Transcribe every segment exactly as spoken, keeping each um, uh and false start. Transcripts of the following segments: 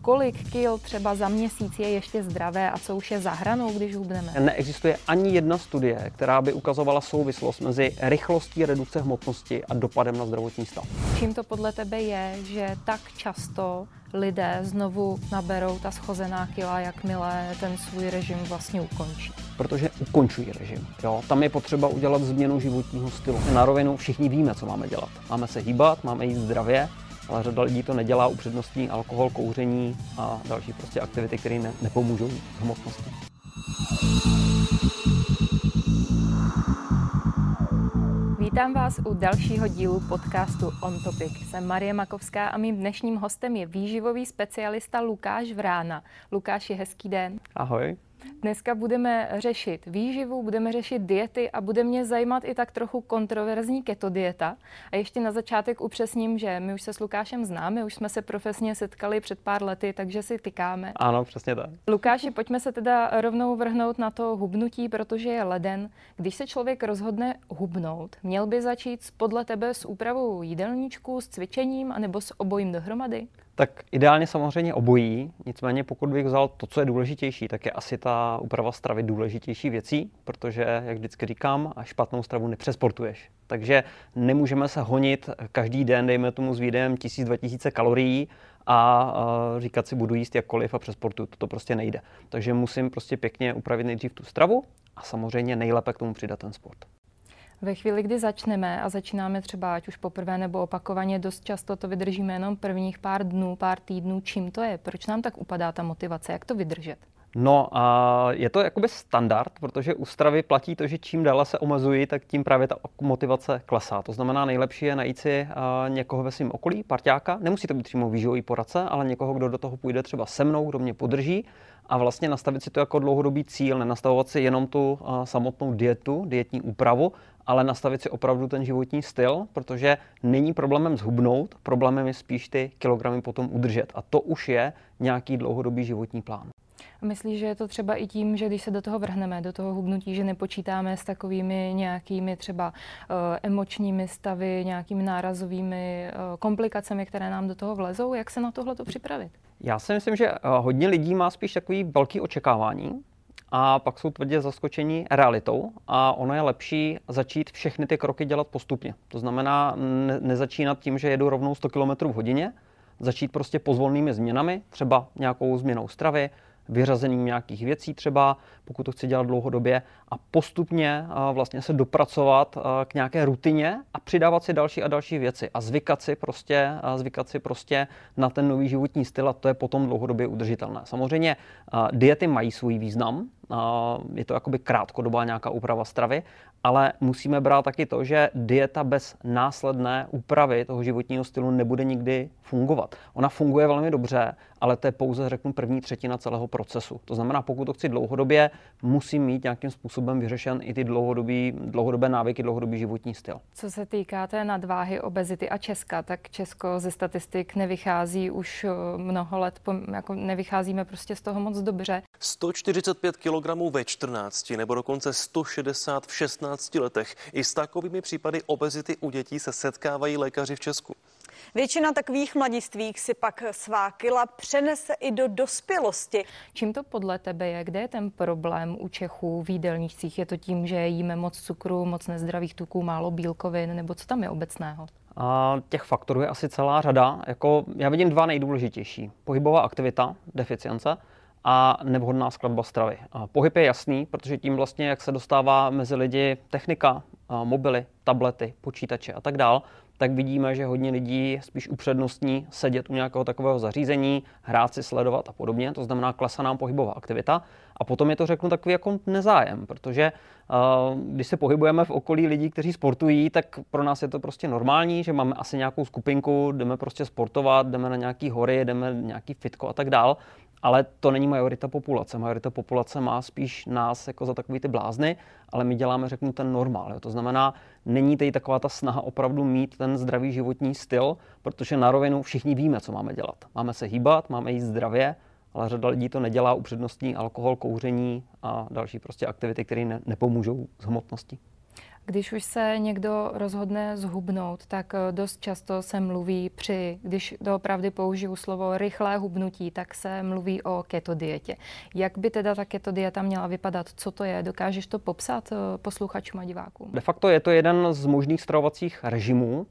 kolik kil třeba za měsíc je ještě zdravé a co už je za hranou, když hubneme? Neexistuje ani jedna studie, která by ukazovala souvislost mezi rychlostí redukce hmotnosti a dopadem na zdravotní stav. Čím to podle tebe je, že tak často lidé znovu naberou ta schozená kila, jakmile ten svůj režim vlastně ukončí? Protože ukončují režim. Jo? Tam je potřeba udělat změnu životního stylu. Na rovinu všichni víme, co máme dělat. Máme se hýbat, máme jít zdravě, ale řada lidí to nedělá, upřednostní alkohol, kouření a další prostě aktivity, které ne, nepomůžou hmotnosti. Vítám vás u dalšího dílu podcastu On Topic. Jsem Marie Makovská a mým dnešním hostem je výživový specialista Lukáš Vrána. Lukáši, hezký den. Ahoj. Dneska budeme řešit výživu, budeme řešit diety a bude mě zajímat i tak trochu kontroverzní keto dieta. A ještě na začátek upřesním, že my už se s Lukášem známe, už jsme se profesně setkali před pár lety, takže si tykáme. Ano, přesně tak. Lukáši, pojďme se teda rovnou vrhnout na to hubnutí, protože je leden. Když se člověk rozhodne hubnout, měl by začít podle tebe s úpravou jídelníčku, s cvičením anebo s obojím dohromady? Tak ideálně samozřejmě obojí, nicméně pokud bych vzal to, co je důležitější, tak je asi ta úprava stravy důležitější věcí, protože, jak vždycky říkám, špatnou stravu nepřesportuješ. Takže nemůžeme se honit každý den, dejme tomu s výdejem tisíc, dva tisíce kalorií a uh, říkat si, budu jíst jakkoliv a přesportuju. To prostě nejde. Takže musím prostě pěkně upravit nejdřív tu stravu a samozřejmě nejlépe k tomu přidat ten sport. Ve chvíli, kdy začneme a začínáme třeba ať už poprvé nebo opakovaně, dost často to vydržíme jenom prvních pár dnů, pár týdnů. Čím to je? Proč nám tak upadá ta motivace? Jak to vydržet? No a je to jakoby standard, protože u stravy platí to, že čím dále se omezují, tak tím právě ta motivace klesá. To znamená, nejlepší je najít si někoho ve svém okolí, parťáka. Nemusí to být přímo výživový poradce, ale někoho, kdo do toho půjde třeba se mnou, kdo mě podrží a vlastně nastavit si to jako dlouhodobý cíl, nenastavovat si jenom tu samotnou dietu, dietní úpravu, ale nastavit si opravdu ten životní styl, protože není problémem zhubnout, problémem je spíš ty kilogramy potom udržet. A to už je nějaký dlouhodobý životní plán. A myslíš, že je to třeba i tím, že když se do toho vrhneme, do toho hubnutí, že nepočítáme s takovými nějakými třeba uh, emočními stavy, nějakými nárazovými uh, komplikacemi, které nám do toho vlezou? Jak se na tohle to připravit? Já si myslím, že uh, hodně lidí má spíš takový velký očekávání a pak jsou tvrdě zaskočení realitou a ono je lepší začít všechny ty kroky dělat postupně. To znamená ne- nezačínat tím, že jedu rovnou sto kilometrů v hodině, začít prostě pozvolnými změnami, třeba nějakou změnou stravy, vyřazením nějakých věcí třeba, pokud to chci dělat dlouhodobě a postupně vlastně se dopracovat k nějaké rutině a přidávat si další a další věci a zvykat si prostě, zvykat si prostě na ten nový životní styl a to je potom dlouhodobě udržitelné. Samozřejmě diety mají svůj význam, je to jakoby krátkodobá nějaká úprava stravy, ale musíme brát taky to, že dieta bez následné úpravy toho životního stylu nebude nikdy fungovat. Ona funguje velmi dobře, ale to je pouze, řeknu, první třetina celého procesu. To znamená, pokud to chci dlouhodobě, musím mít nějakým způsobem vyřešen i ty dlouhodobý, dlouhodobé návyky, dlouhodobý životní styl. Co se týká té nadváhy, obezity a Česka, tak Česko ze statistik nevychází už mnoho let, jako nevycházíme prostě z toho moc dobře. sto čtyřicet pět kilogramů ve čtrnácti nebo dokonce sto šedesát v šestnácti letech. I s takovými případy obezity u dětí se setkávají lékaři v Česku. Většina takových mladistvých si pak svá kila přenese i do dospělosti. Čím to podle tebe je? Kde je ten problém u Čechů v jídelníčcích? Je to tím, že jíme moc cukru, moc nezdravých tuků, málo bílkovin, nebo co tam je obecného? A těch faktorů je asi celá řada. Jako já vidím dva nejdůležitější. Pohybová aktivita, deficience a nevhodná skladba stravy. A pohyb je jasný, protože tím vlastně, jak se dostává mezi lidi technika, mobily, tablety, počítače a tak dál, tak vidíme, že hodně lidí spíš upřednostní sedět u nějakého takového zařízení, hrát si, sledovat a podobně. To znamená, klesá nám pohybová aktivita. A potom je to, řeknu, takový jako nezájem, protože uh, když se pohybujeme v okolí lidí, kteří sportují, tak pro nás je to prostě normální, že máme asi nějakou skupinku, jdeme prostě sportovat, jdeme na nějaký hory, jdeme na nějaký fitko a tak dál. Ale to není majorita populace. Majorita populace má spíš nás jako za takový ty blázny, ale my děláme, řeknu, ten normál. Jo. To znamená, není tady taková ta snaha opravdu mít ten zdravý životní styl, protože na rovinu všichni víme, co máme dělat. Máme se hýbat, máme jíst zdravě, ale řada lidí to nedělá, upřednostní alkohol, kouření a další prostě aktivity, které ne, nepomůžou s hmotností. Když už se někdo rozhodne zhubnout, tak dost často se mluví při, když doopravdy použiju slovo rychlé hubnutí, tak se mluví o keto dietě. Jak by teda ta keto dieta měla vypadat? Co to je? Dokážeš to popsat posluchačům a divákům? De facto je to jeden z možných stravovacích režimů.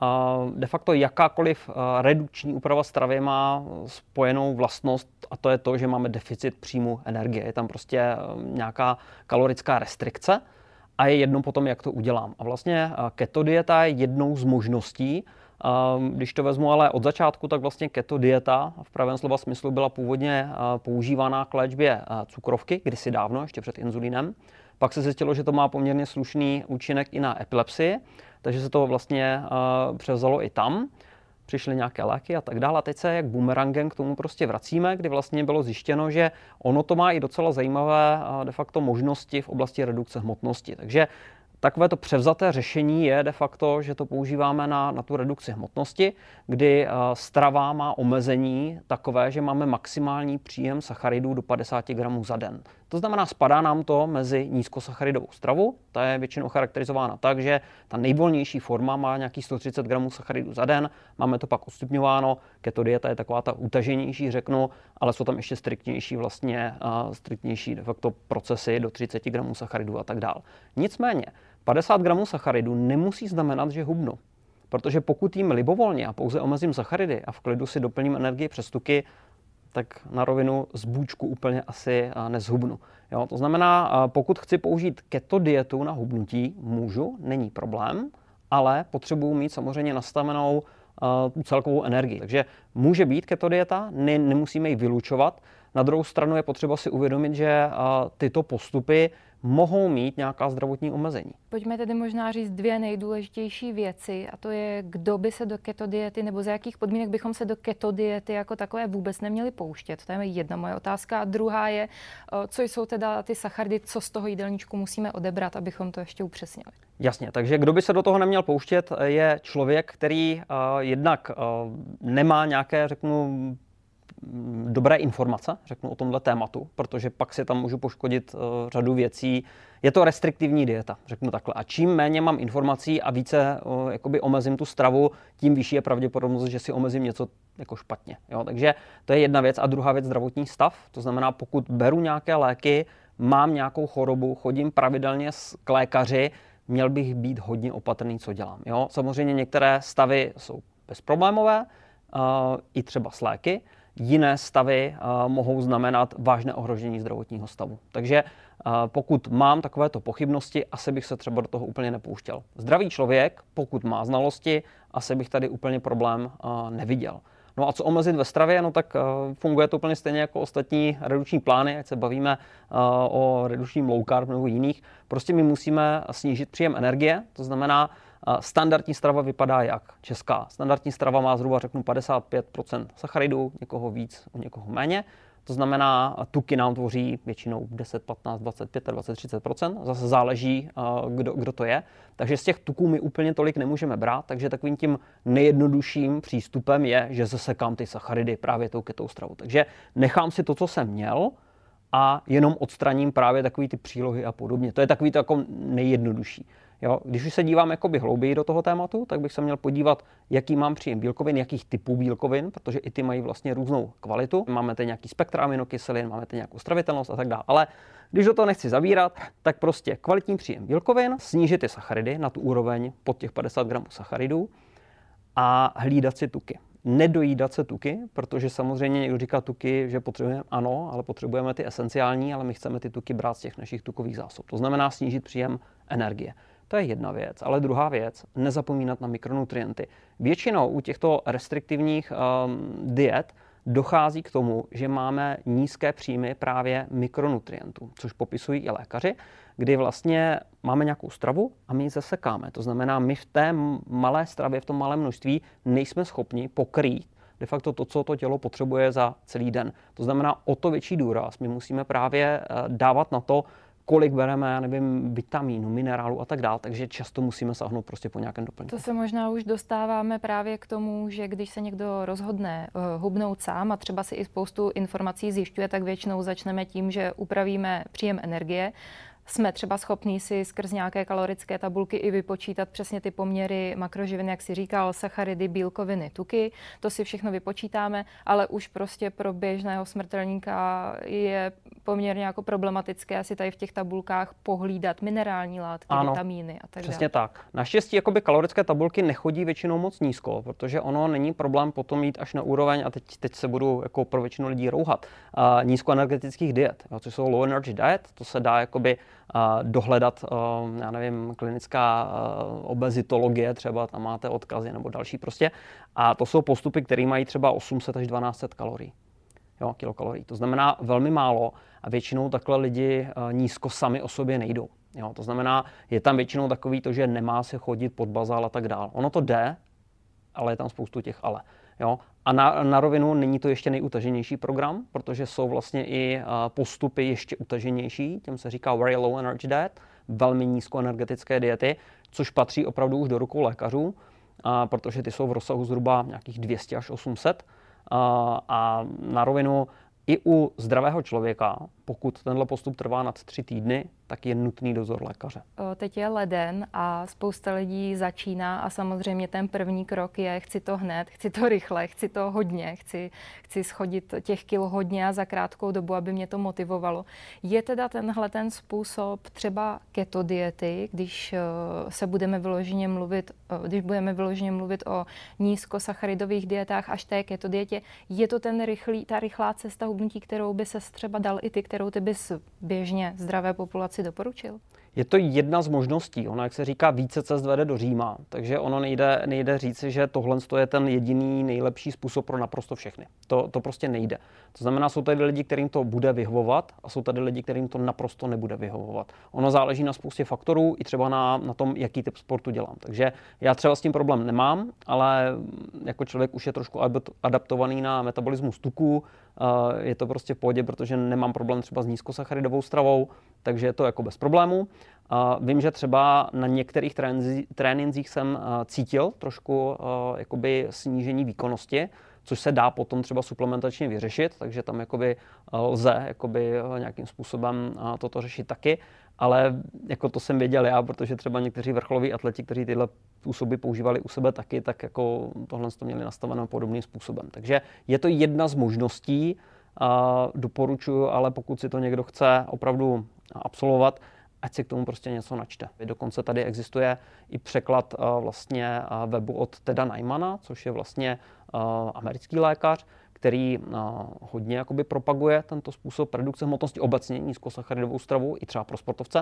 De facto jakákoliv redukční úprava stravy má spojenou vlastnost a to je to, že máme deficit příjmu energie. Je tam prostě nějaká kalorická restrikce a je jedno potom, jak to udělám. A vlastně keto dieta je jednou z možností. Když to vezmu ale od začátku, tak vlastně keto dieta v pravém slova smyslu byla původně používána k léčbě cukrovky, kdysi dávno, ještě před inzulínem. Pak se zjistilo, že to má poměrně slušný účinek i na epilepsii, takže se to vlastně uh, převzalo i tam. Přišly nějaké léky a tak dále. A teď se jak bumerangem k tomu prostě vracíme, kdy vlastně bylo zjištěno, že ono to má i docela zajímavé uh, de facto možnosti v oblasti redukce hmotnosti. Takže takové to převzaté řešení je de facto, že to používáme na, na tu redukci hmotnosti, kdy uh, strava má omezení takové, že máme maximální příjem sacharidů do padesát gramů za den. To znamená, spadá nám to mezi nízkosacharidovou stravu. Ta je většinou charakterizována tak, že ta nejvolnější forma má nějakých sto třicet gramů sacharidů za den. Máme to pak odstupňováno. Keto dieta je taková ta utaženější, řeknu, ale jsou tam ještě striktnější vlastně, uh, striktnější de facto procesy do třicet gramů sacharidů a tak dále. Nicméně, padesát gramů sacharidů nemusí znamenat, že hubnu. Protože pokud jím libovolně a pouze omezím sacharidy a v klidu si doplním energii přes tuky, tak na rovinu z bůčku úplně asi nezhubnu. Jo, to znamená, pokud chci použít keto dietu na hubnutí, můžu, není problém, ale potřebuji mít samozřejmě nastavenou tu celkovou energii. Takže může být keto dieta, ne, nemusíme ji vylučovat. Na druhou stranu je potřeba si uvědomit, že tyto postupy mohou mít nějaká zdravotní omezení. Pojďme tedy možná říct dvě nejdůležitější věci, a to je, kdo by se do keto diety nebo za jakých podmínek bychom se do keto diety jako takové vůbec neměli pouštět. To je jedna moje otázka. A druhá je, co jsou teda ty sacharidy, co z toho jídelníčku musíme odebrat, abychom to ještě upřesnili. Jasně, takže kdo by se do toho neměl pouštět, je člověk, který uh, jednak uh, nemá nějaké, řeknu, dobré informace, řeknu o tomhle tématu, protože pak si tam můžu poškodit uh, řadu věcí. Je to restriktivní dieta, řeknu takhle. A čím méně mám informací a více uh, jakoby omezím tu stravu, tím vyšší je pravděpodobnost, že si omezím něco jako špatně. Jo? Takže to je jedna věc. A druhá věc, zdravotní stav. To znamená, pokud beru nějaké léky, mám nějakou chorobu, chodím pravidelně k lékaři, měl bych být hodně opatrný, co dělám. Jo? Samozřejmě některé stavy jsou bezproblémové, uh, i třeba s léky. Jiné stavy uh, mohou znamenat vážné ohrožení zdravotního stavu. Takže uh, pokud mám takovéto pochybnosti, asi bych se třeba do toho úplně nepouštěl. Zdravý člověk, pokud má znalosti, asi bych tady úplně problém uh, neviděl. No a co omezit ve stravě? No tak uh, funguje to úplně stejně jako ostatní redukční plány, ať se bavíme uh, o redukčním low carb nebo jiných. Prostě my musíme snížit příjem energie, to znamená, standardní strava vypadá jak česká. Standardní strava má zhruba, řeknu, padesát pět procent sacharidů, někoho víc, u někoho méně. To znamená, tuky nám tvoří většinou deset, patnáct, dvacet pět, dvacet, třicet procent. Zase záleží, kdo, kdo to je. Takže z těch tuků my úplně tolik nemůžeme brát. Takže takovým tím nejjednodušším přístupem je, že zasekám ty sacharidy právě tou ketou stravou. Takže nechám si to, co jsem měl, a jenom odstraním právě takový ty přílohy a podobně. To je takový to jako nejjednodušší. Jo, když už se dívám jakoby hlouběji do toho tématu, tak bych se měl podívat, jaký mám příjem bílkovin, jakých typů bílkovin, protože i ty mají vlastně různou kvalitu. Máme tady nějaký spektra aminokyselin, máme tady nějakou stravitelnost a tak dále. Ale když do toho nechci zavírat, tak prostě kvalitní příjem bílkovin, snížit ty sacharidy na tu úroveň pod těch padesát gramů sacharidů a hlídat si tuky. Nedojídat se tuky, protože samozřejmě někdo říká tuky, že potřebujeme, ano, ale potřebujeme ty esenciální, ale my chceme ty tuky brát z těch našich tukových zásob. To znamená snížit příjem energie. To je jedna věc, ale druhá věc, nezapomínat na mikronutrienty. Většinou u těchto restriktivních um, diet dochází k tomu, že máme nízké příjmy právě mikronutrientů, což popisují i lékaři, kdy vlastně máme nějakou stravu a my ji zasekáme. To znamená, my v té malé stravě, v tom malém množství nejsme schopni pokrýt de facto to, co to tělo potřebuje za celý den. To znamená, o to větší důraz my musíme právě dávat na to, kolik bereme, já nevím, vitamínu, minerálu a tak dále, takže často musíme sáhnout prostě po nějakém doplňku. To se možná už dostáváme právě k tomu, že když se někdo rozhodne uh, hubnout sám a třeba si i spoustu informací zjišťuje, tak většinou začneme tím, že upravíme příjem energie. Jsme třeba schopní si skrz nějaké kalorické tabulky i vypočítat přesně ty poměry makroživin, jak si říkal, sacharidy, bílkoviny, tuky. To si všechno vypočítáme, ale už prostě pro běžného smrtelníka je poměrně jako problematické si tady v těch tabulkách pohlídat minerální látky, ano, vitamíny a tak dále. Přesně tak. Naštěstí jakoby kalorické tabulky nechodí většinou moc nízko, protože ono není problém potom jít až na úroveň, a teď, teď se budu jako pro většinu lidí rouhat, uh, nízkoenergetických diet, jo, což jsou low energy diet, to se dá jakoby dohledat, já nevím, klinická obezitologie třeba, tam máte odkazy nebo další prostě. A to jsou postupy, které mají třeba osm set až dvanáct set kalorií. Jo, kilokalorií. To znamená velmi málo a většinou takhle lidi nízko sami o sobě nejdou. Jo, to znamená, je tam většinou takový to, že nemá se chodit pod bazál a tak dál. Ono to jde, ale je tam spoustu těch ale. Jo? A na, na rovinu není to ještě nejutaženější program, protože jsou vlastně i postupy ještě utaženější, těm se říká very low energy diet, velmi nízkoenergetické diety, což patří opravdu už do rukou lékařů, a, protože ty jsou v rozsahu zhruba nějakých dvě stě až osm set. A, a na rovinu i u zdravého člověka, pokud tenhle postup trvá nad tři týdny, tak je nutný dozor lékaře. Teď je leden a spousta lidí začíná a samozřejmě ten první krok je chci to hned, chci to rychle, chci to hodně, chci, chci schodit těch kil hodně a za krátkou dobu, aby mě to motivovalo. Je teda tenhle ten způsob třeba keto diety, když se budeme vyloženě mluvit, když budeme vyloženě mluvit o nízkosacharidových dietách až té keto dietě, je to ten rychlý, ta rychlá cesta hubnutí, kterou by se třeba dal i ty, kterou ty bys běžně zdravé populaci doporučil? Je to jedna z možností. Ono, jak se říká, více cest vede do Říma. Takže ono nejde, nejde říci, že tohle je ten jediný nejlepší způsob pro naprosto všechny. To, to prostě nejde. To znamená, jsou tady lidi, kterým to bude vyhovovat a jsou tady lidi, kterým to naprosto nebude vyhovovat. Ono záleží na spoustě faktorů i třeba na, na tom, jaký typ sportu dělám. Takže já třeba s tím problém nemám, ale jako člověk už je trošku adaptovaný na metabolismus tuků. Je to prostě v pohodě, protože nemám problém třeba s nízkosacharidovou stravou, takže je to jako bez problému. Vím, že třeba na některých trénincích jsem cítil trošku jakoby snížení výkonnosti, což se dá potom třeba suplementačně vyřešit, takže tam jakoby lze jakoby nějakým způsobem toto řešit taky, ale jako to jsem věděl já, protože třeba někteří vrcholoví atleti, kteří tyhle způsoby používali u sebe taky, tak jako tohle to měli nastaveno podobným způsobem. Takže je to jedna z možností, doporučuji, ale pokud si to někdo chce opravdu absolvovat, ať si k tomu prostě něco načte. Dokonce tady existuje i překlad uh, vlastně uh, webu od Teda Nymana, což je vlastně uh, americký lékař, který uh, hodně jakoby propaguje tento způsob redukce hmotnosti obecně, nízkosacharidovou stravu i třeba pro sportovce.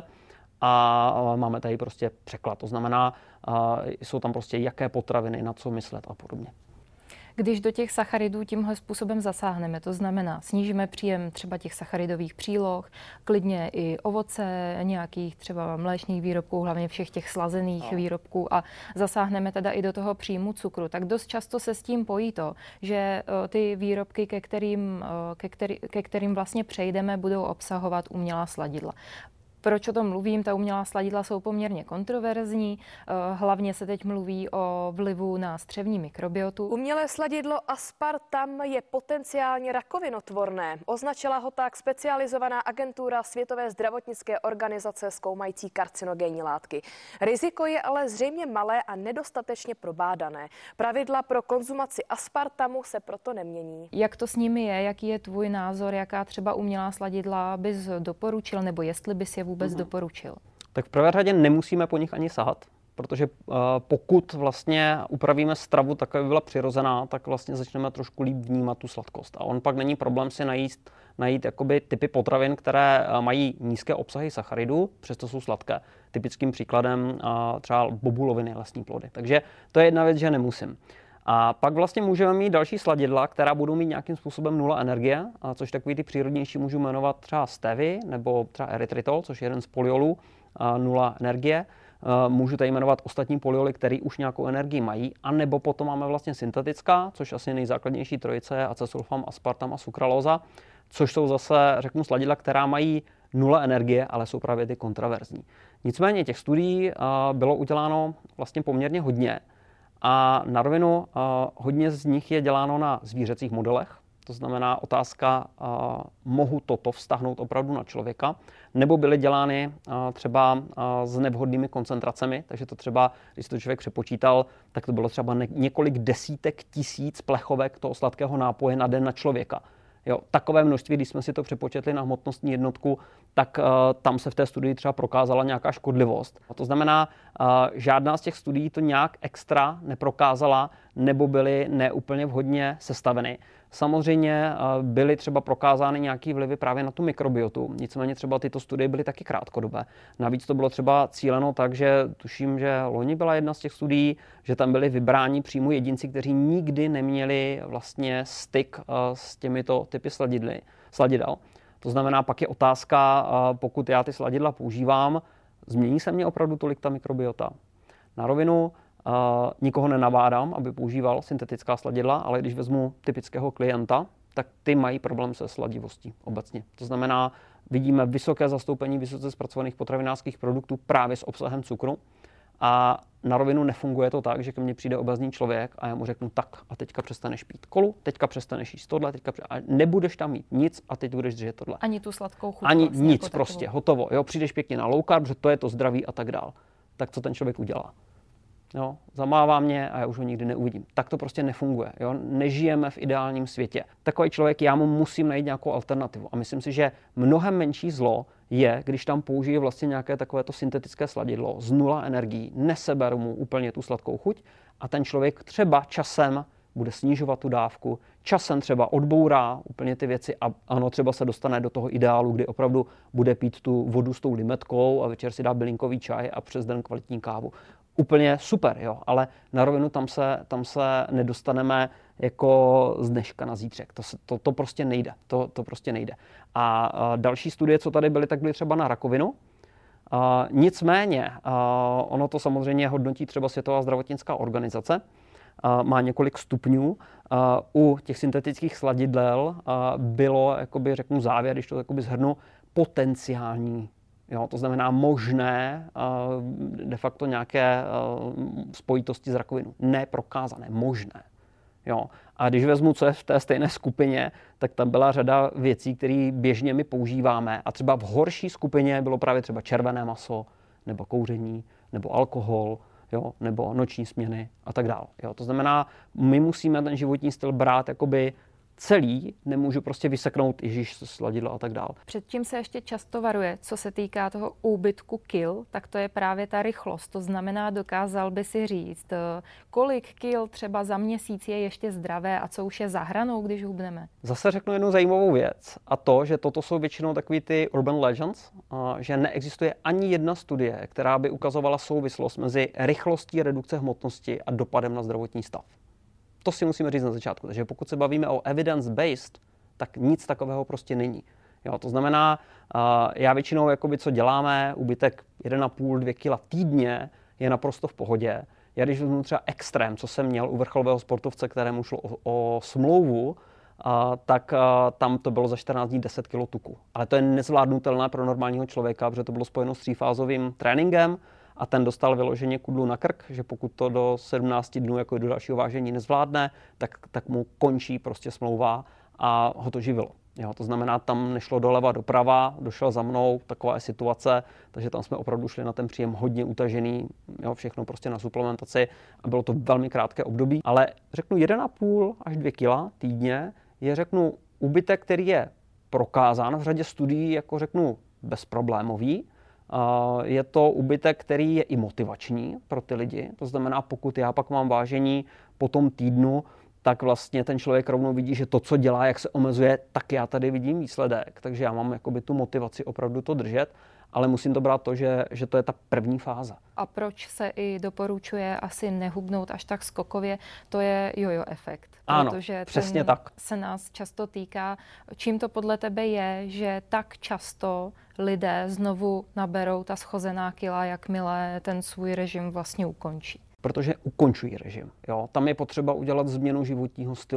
A uh, máme tady prostě překlad, to znamená, uh, jsou tam prostě jaké potraviny, na co myslet a podobně. Když do těch sacharidů tímhle způsobem zasáhneme, to znamená, snížíme příjem třeba těch sacharidových příloh, klidně i ovoce, nějakých třeba mléčných výrobků, hlavně všech těch slazených no. výrobků a zasáhneme teda i do toho příjmu cukru, tak dost často se s tím pojí to, že ty výrobky, ke kterým, ke který, ke kterým vlastně přejdeme, budou obsahovat umělá sladidla. Proč o tom mluvím? Ta umělá sladidla jsou poměrně kontroverzní. Hlavně se teď mluví o vlivu na střevní mikrobiotu. Umělé sladidlo aspartam je potenciálně rakovinotvorné. Označila ho tak specializovaná agentura Světové zdravotnické organizace zkoumající karcinogenní látky. Riziko je ale zřejmě malé a nedostatečně probádané. Pravidla pro konzumaci aspartamu se proto nemění. Jak to s nimi je? Jaký je tvůj názor? Jaká třeba umělá sladidla bys doporučil, nebo jestli bys je vůbec vůbec doporučil? Tak v prvé řadě nemusíme po nich ani sahat, protože uh, pokud vlastně upravíme stravu tak, aby byla přirozená, tak vlastně začneme trošku líp vnímat tu sladkost. A on pak není problém si najít, najít jakoby typy potravin, které uh, mají nízké obsahy sacharidů, přesto jsou sladké. Typickým příkladem uh, třeba bobuloviny, lesní plody. Takže to je jedna věc, že nemusím. A pak vlastně můžeme mít další sladidla, která budou mít nějakým způsobem nula energie, a což takový ty přírodnější můžu jmenovat třeba stevy nebo třeba erytritol, což je jeden z poliolů, a nula energie. Můžu tady jmenovat ostatní polioly, které už nějakou energii mají, anebo potom máme vlastně syntetická, což asi nejzákladnější trojice je acesulfam, aspartam a sukralóza, což jsou zase, řeknu, sladidla, která mají nula energie, ale jsou právě ty kontraverzní. Nicméně těch studií bylo uděláno vlastně poměrně hodně a na rovinu hodně z nich je děláno na zvířecích modelech. To znamená otázka, mohu toto vztahnout opravdu na člověka, nebo byly dělány třeba s nevhodnými koncentracemi, takže to třeba, když to člověk přepočítal, tak to bylo třeba několik desítek tisíc plechovek toho sladkého nápoje na den na člověka. Jo, takové množství, když jsme si to přepočetli na hmotnostní jednotku, tak uh, tam se v té studii třeba prokázala nějaká škodlivost. A to znamená, uh, žádná z těch studií to nějak extra neprokázala, nebo byly neúplně vhodně sestaveny. Samozřejmě uh, byly třeba prokázány nějaké vlivy právě na tu mikrobiotu, nicméně třeba tyto studie byly taky krátkodobé. Navíc to bylo třeba cíleno tak, že tuším, že loni byla jedna z těch studií, že tam byli vybráni přímo jedinci, kteří nikdy neměli vlastně styk uh, s těmito typy sladidly, sladidel. To znamená, pak je otázka, uh, pokud já ty sladidla používám, změní se mě opravdu tolik ta mikrobiota? Na rovinu uh, nikoho nenavádám, aby používal syntetická sladidla, ale když vezmu typického klienta, tak ty mají problém se sladivostí obecně. To znamená, vidíme vysoké zastoupení vysoce zpracovaných potravinářských produktů právě s obsahem cukru. A na rovinu nefunguje to tak, že ke mně přijde obézní člověk a já mu řeknu tak a teďka přestaneš pít kolu, teďka přestaneš jíst tohle, teďka pře- a nebudeš tam mít nic a teď budeš držet tohle. Ani tu sladkou chuť. Ani vlastně nic jako prostě, takovou. hotovo. Jo, přijdeš pěkně na low carb, že to je to zdraví a tak dál. Tak co ten člověk udělá? Jo, zamává mě a já už ho nikdy neuvidím. Tak to prostě nefunguje. Jo? Nežijeme v ideálním světě. Takový člověk, já mu musím najít nějakou alternativu. A myslím si, že mnohem menší zlo je, když tam použije vlastně nějaké takovéto syntetické sladidlo z nula energií, neseberu mu úplně tu sladkou chuť a ten člověk třeba časem bude snižovat tu dávku, časem třeba odbourá úplně ty věci a ano, třeba se dostane do toho ideálu, kdy opravdu bude pít tu vodu s tou limetkou a večer si dá bylinkový čaj a přes den kvalitní kávu. Úplně super, jo, ale na rovinu tam se, tam se nedostaneme jako z dneška na zítřek. To, to, to prostě nejde. To, to prostě nejde. A, a další studie, co tady byly, tak byly třeba na rakovinu. A, nicméně, a, ono to samozřejmě hodnotí třeba Světová zdravotnická organizace. A, má několik stupňů. A, u těch syntetických sladidel a, bylo, jakoby řeknu závěr, když to jakoby zhrnu, potenciální. Jo, to znamená možné de facto nějaké spojitosti s rakovinou. Neprokázané, možné. Jo. A když vezmu, co je v té stejné skupině, tak tam byla řada věcí, které běžně my používáme. A třeba v horší skupině bylo právě třeba červené maso, nebo kouření, nebo alkohol, jo, nebo noční směny a tak dále. Jo. To znamená, my musíme ten životní styl brát jakoby celý, nemůžu prostě vyseknout ježíš, sladidlo a tak dál. Předtím se ještě často varuje, co se týká toho úbytku kil, tak to je právě ta rychlost. To znamená, dokázal by si říct, kolik kil třeba za měsíc je ještě zdravé a co už je za hranou, když hubneme. Zase řeknu jednu zajímavou věc a to, že toto jsou většinou takový ty urban legends, že neexistuje ani jedna studie, která by ukazovala souvislost mezi rychlostí redukce hmotnosti a dopadem na zdravotní stav. To si musíme říct na začátku. Takže pokud se bavíme o evidence-based, tak nic takového prostě není. Jo, to znamená, uh, já většinou, jakoby, co děláme, úbytek jedna a půl až dvě kila týdně je naprosto v pohodě. Já když vezmu třeba extrém, co jsem měl u vrcholového sportovce, kterému šlo o, o smlouvu, uh, tak uh, tam to bylo za čtrnáct dní deset kilo tuku. Ale to je nezvládnutelné pro normálního člověka, protože to bylo spojeno s třífázovým tréninkem, a ten dostal vyloženě kudlu na krk, že pokud to do sedmnácti dnů jako do dalšího vážení nezvládne, tak, tak mu končí prostě smlouva a ho to živilo. Jo, to znamená, tam nešlo doleva doprava, došel za mnou, taková je situace, takže tam jsme opravdu šli na ten příjem hodně utažený, jo, všechno prostě na suplementaci a bylo to velmi krátké období, ale řeknu jedna a půl až dvě kila týdně je řeknu úbytek, který je prokázán v řadě studií jako řeknu bezproblémový. Je to úbytek, který je i motivační pro ty lidi. To znamená, pokud já pak mám vážení po tom týdnu, tak vlastně ten člověk rovnou vidí, že to, co dělá, jak se omezuje, tak já tady vidím výsledek. Takže já mám jakoby tu motivaci opravdu to držet, ale musím to brát to, že, že to je ta první fáze. A proč se i doporučuje asi nehubnout až tak skokově, to je jojo efekt. Ano, protože přesně ten tak. se nás často týká. Čím to podle tebe je, že tak často lidé znovu naberou ta schozená kila, jakmile ten svůj režim vlastně ukončí? Protože ukončují režim. Jo? Tam je potřeba udělat změnu životního stylu.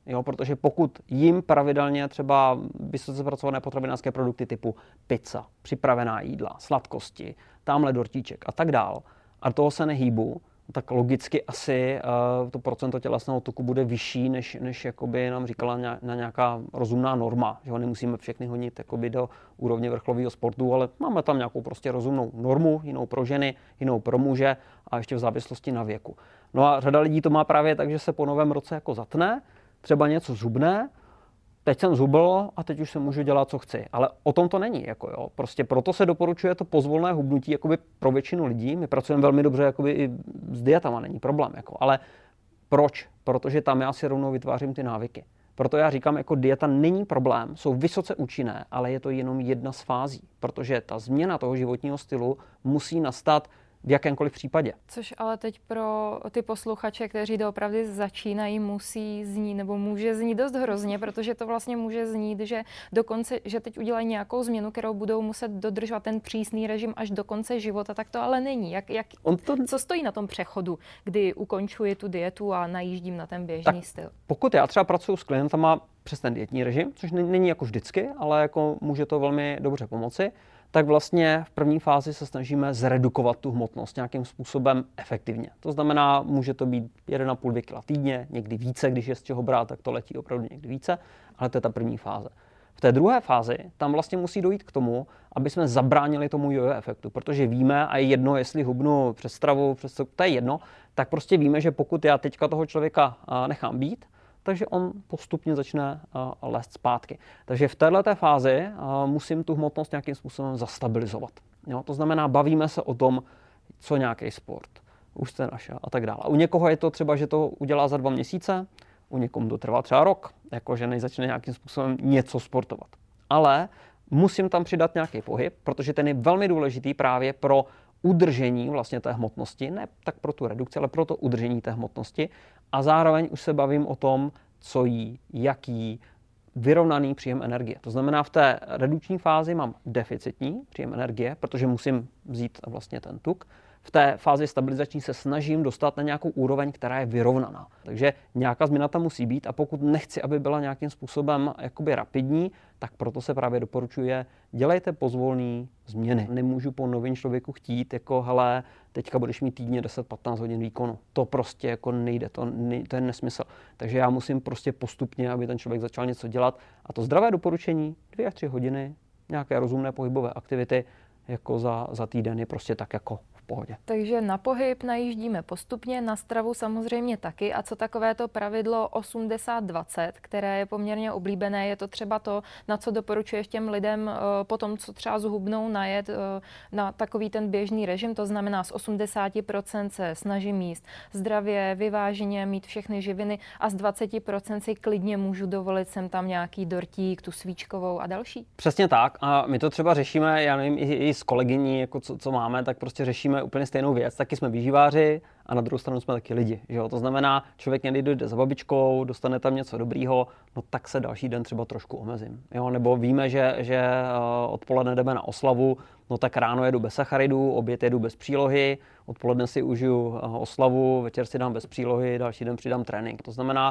Jo, protože pokud jim pravidelně třeba vysoce zpracované potravinářské produkty typu pizza, připravená jídla, sladkosti, tamhle dortíček a tak dál, a toho se nehýbu, tak logicky asi uh, to procento tělesného tuku bude vyšší, než, než jakoby nám říkala ně, na nějaká rozumná norma. Že ho nemusíme všechny honit jakoby do úrovně vrcholového sportu, ale máme tam nějakou prostě rozumnou normu, jinou pro ženy, jinou pro muže a ještě v závislosti na věku. No a řada lidí to má právě tak, že se po novém roce jako zatne, třeba něco zhubne, teď jsem zhubl a teď už se můžu dělat, co chci. Ale o tom to není. Jako jo. Prostě proto se doporučuje to pozvolné hubnutí jakoby pro většinu lidí. My pracujeme velmi dobře jakoby i s dietama, není problém. Jako. Ale proč? Protože tam já si rovnou vytvářím ty návyky. Proto já říkám, jako dieta není problém, jsou vysoce účinné, ale je to jenom jedna z fází. Protože ta změna toho životního stylu musí nastat v jakémkoliv případě. Což ale teď pro ty posluchače, kteří doopravdy začínají, musí znít nebo může znít dost hrozně, protože to vlastně může znít, že dokonce, že teď udělají nějakou změnu, kterou budou muset dodržovat ten přísný režim až do konce života, tak to ale není. Jak, jak, On to... Co stojí na tom přechodu, kdy ukončuji tu dietu a najíždím na ten běžný tak styl? Pokud já třeba pracuji s klientama přes ten dietní režim, což není jako vždycky, ale jako může to velmi dobře pomoci, tak vlastně v první fázi se snažíme zredukovat tu hmotnost nějakým způsobem efektivně. To znamená, může to být jedna celá pět kila týdně, někdy více, když je z čeho brát, tak to letí opravdu někdy více, ale to je ta první fáze. V té druhé fázi tam vlastně musí dojít k tomu, aby jsme zabránili tomu jojo efektu, protože víme, a je jedno, jestli hubnu přes stravu, přes to, to je jedno, tak prostě víme, že pokud já teďka toho člověka nechám být, takže on postupně začne uh, lézt zpátky. Takže v této fázi uh, musím tu hmotnost nějakým způsobem zastabilizovat. Jo? To znamená, bavíme se o tom, co nějaký sport, už jste našel a tak dále. U někoho je to třeba, že to udělá za dva měsíce, u někomu to trvá třeba rok, jakože než začne nějakým způsobem něco sportovat. Ale musím tam přidat nějaký pohyb, protože ten je velmi důležitý právě pro udržení vlastně té hmotnosti, ne tak pro tu redukci, ale pro to udržení té hmotnosti. A zároveň už se bavím o tom, co jí, jaký, vyrovnaný příjem energie. To znamená, v té redukční fázi mám deficitní příjem energie, protože musím vzít vlastně ten tuk. V té fázi stabilizační se snažím dostat na nějakou úroveň, která je vyrovnaná. Takže nějaká změna tam musí být a pokud nechci, aby byla nějakým způsobem jakoby rapidní, tak proto se právě doporučuje, dělejte pozvolný změny. Nemůžu po novém člověku chtít, jako hele, teďka budeš mít týdně deset patnáct hodin výkonu. To prostě jako nejde, to, ne, to je nesmysl. Takže já musím prostě postupně, aby ten člověk začal něco dělat. A to zdravé doporučení, dvě až tři hodiny, nějaké rozumné pohybové aktivity, jako za, za týden je prostě tak jako pohodě. Takže na pohyb najíždíme postupně, na stravu samozřejmě taky. A co takové to pravidlo osmdesát dvacet, které je poměrně oblíbené, je to třeba to, na co doporučuješ těm lidem po tom, co třeba zhubnou, najet na takový ten běžný režim, to znamená z osmdesát procent se snažím jíst zdravě, vyváženě, mít všechny živiny a z dvacet procent si klidně můžu dovolit sem tam nějaký dortík, tu svíčkovou a další. Přesně tak a my to třeba řešíme, já nevím, i, i s kolegyní, jako co, co máme, tak prostě řešíme úplně stejnou věc. Taky jsme výživáři a na druhou stranu jsme taky lidi. Že jo? To znamená, člověk někdy dojde za babičkou, dostane tam něco dobrýho, no tak se další den třeba trošku omezím. Jo? Nebo víme, že, že odpoledne jdeme na oslavu, no tak ráno jedu bez sacharidů, oběd jedu bez přílohy, odpoledne si užiju oslavu, večer si dám bez přílohy, další den přidám trénink. To znamená,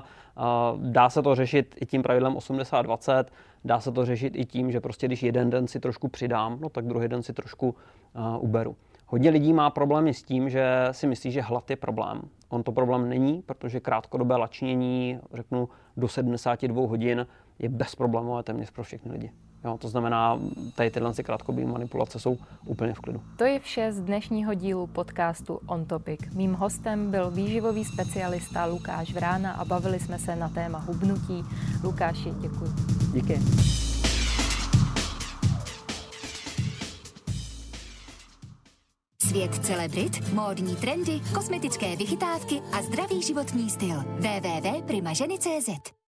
dá se to řešit i tím pravidlem osmdesát dvacet, dá se to řešit i tím, že prostě když jeden den si trošku přidám, no tak druhý den si trošku uh, uberu. Hodně lidí má problémy s tím, že si myslí, že hlad je problém. On to problém není, protože krátkodobé lačnění, řeknu do sedmdesát dva hodin, je bezproblémové téměř pro všechny lidi. Jo, to znamená, tady tyhle krátkodobé manipulace jsou úplně v klidu. To je vše z dnešního dílu podcastu On Topic. Mým hostem byl výživový specialista Lukáš Vrána a bavili jsme se na téma hubnutí. Lukáši, děkuji. Díky. Svět celebrit, módní trendy, kosmetické vychytávky a zdravý životní styl. w w w tečka prima ženy tečka cé zet